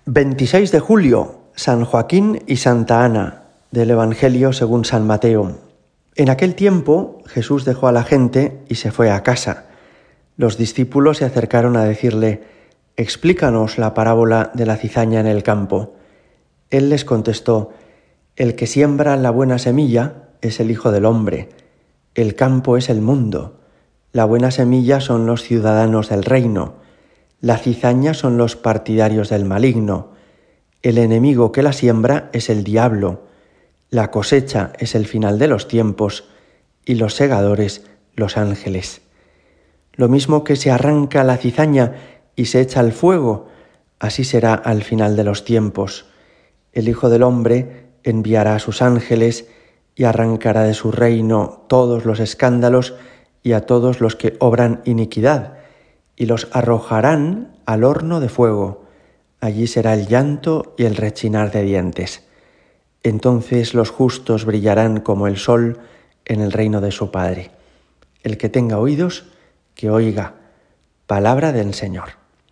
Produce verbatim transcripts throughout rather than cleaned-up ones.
veintiséis de julio, San Joaquín y Santa Ana, del Evangelio según San Mateo. En aquel tiempo Jesús dejó a la gente y se fue a casa. Los discípulos se acercaron a decirle: «Explícanos la parábola de la cizaña en el campo». Él les contestó: «El que siembra la buena semilla es el Hijo del Hombre. El campo es el mundo. La buena semilla son los ciudadanos del reino. La cizaña son los partidarios del maligno. El enemigo que la siembra es el diablo. La cosecha es el final de los tiempos y los segadores los ángeles. Lo mismo que se arranca la cizaña y se echa al fuego, así será al final de los tiempos. El Hijo del Hombre enviará a sus ángeles y arrancará de su reino todos los escándalos y a todos los que obran iniquidad, y los arrojarán al horno de fuego. Allí será el llanto y el rechinar de dientes. Entonces los justos brillarán como el sol en el reino de su Padre. El que tenga oídos, que oiga. Palabra del Señor.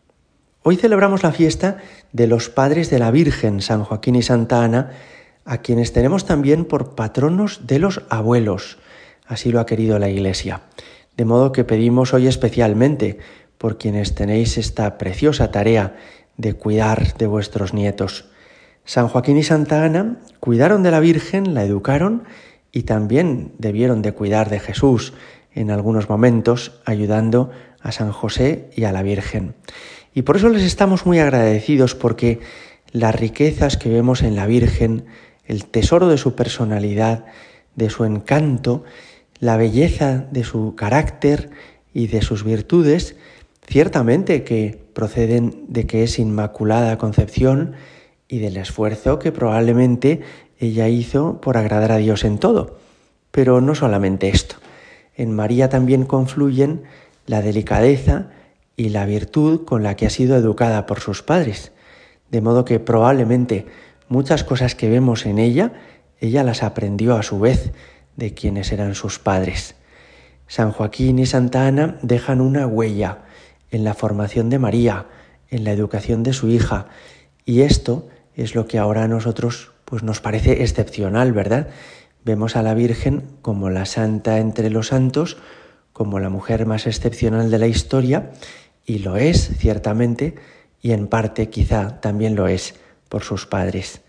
Hoy celebramos la fiesta de los padres de la Virgen, San Joaquín y Santa Ana, a quienes tenemos también por patronos de los abuelos. Así lo ha querido la Iglesia. De modo que pedimos hoy especialmente por quienes tenéis esta preciosa tarea de cuidar de vuestros nietos. San Joaquín y Santa Ana cuidaron de la Virgen, la educaron y también debieron de cuidar de Jesús en algunos momentos, ayudando a San José y a la Virgen. Y por eso les estamos muy agradecidos, porque las riquezas que vemos en la Virgen, el tesoro de su personalidad, de su encanto, la belleza de su carácter y de sus virtudes, ciertamente que proceden de que es Inmaculada Concepción y del esfuerzo que probablemente ella hizo por agradar a Dios en todo. Pero no solamente esto. En María también confluyen la delicadeza y la virtud con la que ha sido educada por sus padres. De modo que probablemente muchas cosas que vemos en ella, ella las aprendió a su vez de quienes eran sus padres. San Joaquín y Santa Ana dejan una huella en la formación de María, en la educación de su hija, y esto es lo que ahora a nosotros pues nos parece excepcional, ¿verdad? Vemos a la Virgen como la santa entre los santos, como la mujer más excepcional de la historia, y lo es, ciertamente, y en parte quizá también lo es por sus padres.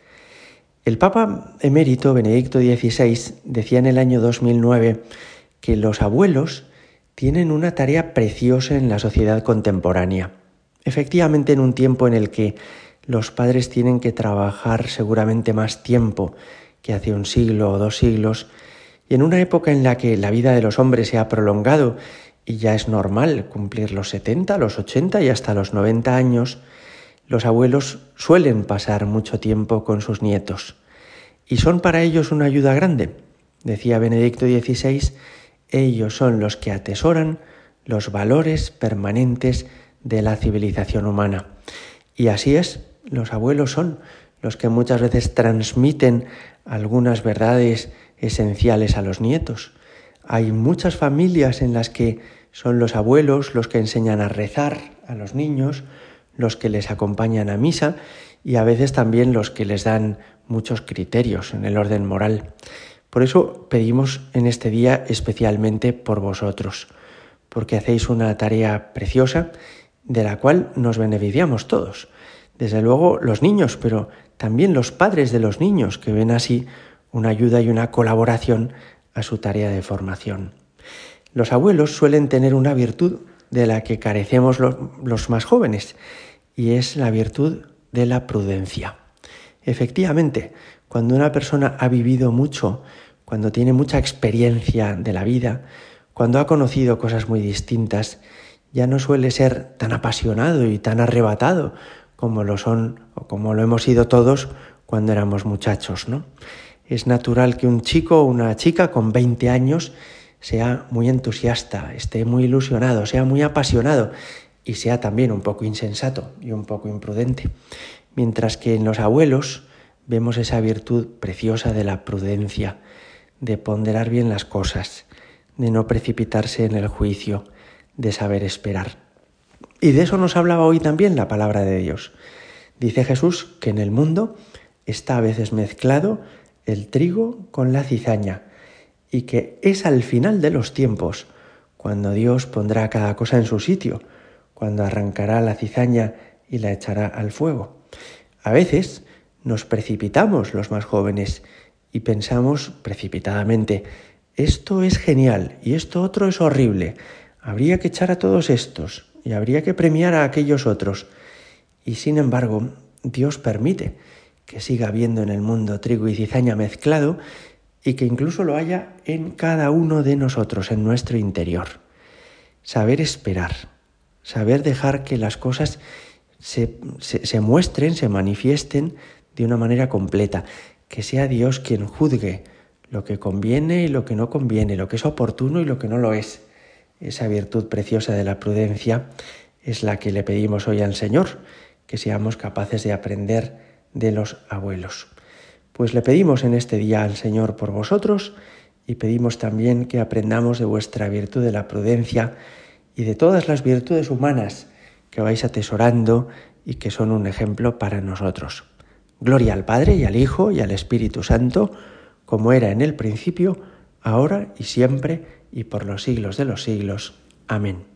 El Papa emérito Benedicto dieciséis decía en el año dos mil nueve que los abuelos tienen una tarea preciosa en la sociedad contemporánea. Efectivamente, en un tiempo en el que los padres tienen que trabajar seguramente más tiempo que hace un siglo o dos siglos, y en una época en la que la vida de los hombres se ha prolongado y ya es normal cumplir los setenta, los ochenta y hasta los noventa años, los abuelos suelen pasar mucho tiempo con sus nietos y son para ellos una ayuda grande. Decía Benedicto dieciséis, ellos son los que atesoran los valores permanentes de la civilización humana. Y así es, los abuelos son los que muchas veces transmiten algunas verdades esenciales a los nietos. Hay muchas familias en las que son los abuelos los que enseñan a rezar a los niños, los que les acompañan a misa y a veces también los que les dan muchos criterios en el orden moral. Por eso pedimos en este día especialmente por vosotros, porque hacéis una tarea preciosa de la cual nos beneficiamos todos. Desde luego los niños, pero también los padres de los niños, que ven así una ayuda y una colaboración a su tarea de formación. Los abuelos suelen tener una virtud de la que carecemos los, los más jóvenes, y es la virtud de la prudencia. Efectivamente, cuando una persona ha vivido mucho, cuando tiene mucha experiencia de la vida, cuando ha conocido cosas muy distintas, ya no suele ser tan apasionado y tan arrebatado como lo son o como lo hemos sido todos cuando éramos muchachos, ¿no? Es natural que un chico o una chica con veinte años sea muy entusiasta, esté muy ilusionado, sea muy apasionado y sea también un poco insensato y un poco imprudente. Mientras que en los abuelos vemos esa virtud preciosa de la prudencia, de ponderar bien las cosas, de no precipitarse en el juicio, de saber esperar. Y de eso nos hablaba hoy también la palabra de Dios, Dice Jesús que en el mundo está a veces mezclado el trigo con la cizaña y que es al final de los tiempos cuando Dios pondrá cada cosa en su sitio, cuando arrancará la cizaña y la echará al fuego. A veces nos precipitamos los más jóvenes y pensamos precipitadamente, esto es genial y esto otro es horrible, habría que echar a todos estos y habría que premiar a aquellos otros. Y sin embargo, Dios permite que siga habiendo en el mundo trigo y cizaña mezclado y que incluso lo haya en cada uno de nosotros, en nuestro interior. Saber esperar, saber dejar que las cosas se, se, se muestren, se manifiesten de una manera completa, que sea Dios quien juzgue lo que conviene y lo que no conviene, lo que es oportuno y lo que no lo es. Esa virtud preciosa de la prudencia es la que le pedimos hoy al Señor, que seamos capaces de aprender de los abuelos. Pues le pedimos en este día al Señor por vosotros y pedimos también que aprendamos de vuestra virtud de la prudencia y de todas las virtudes humanas que vais atesorando y que son un ejemplo para nosotros. Gloria al Padre y al Hijo y al Espíritu Santo, como era en el principio, ahora y siempre y por los siglos de los siglos. Amén.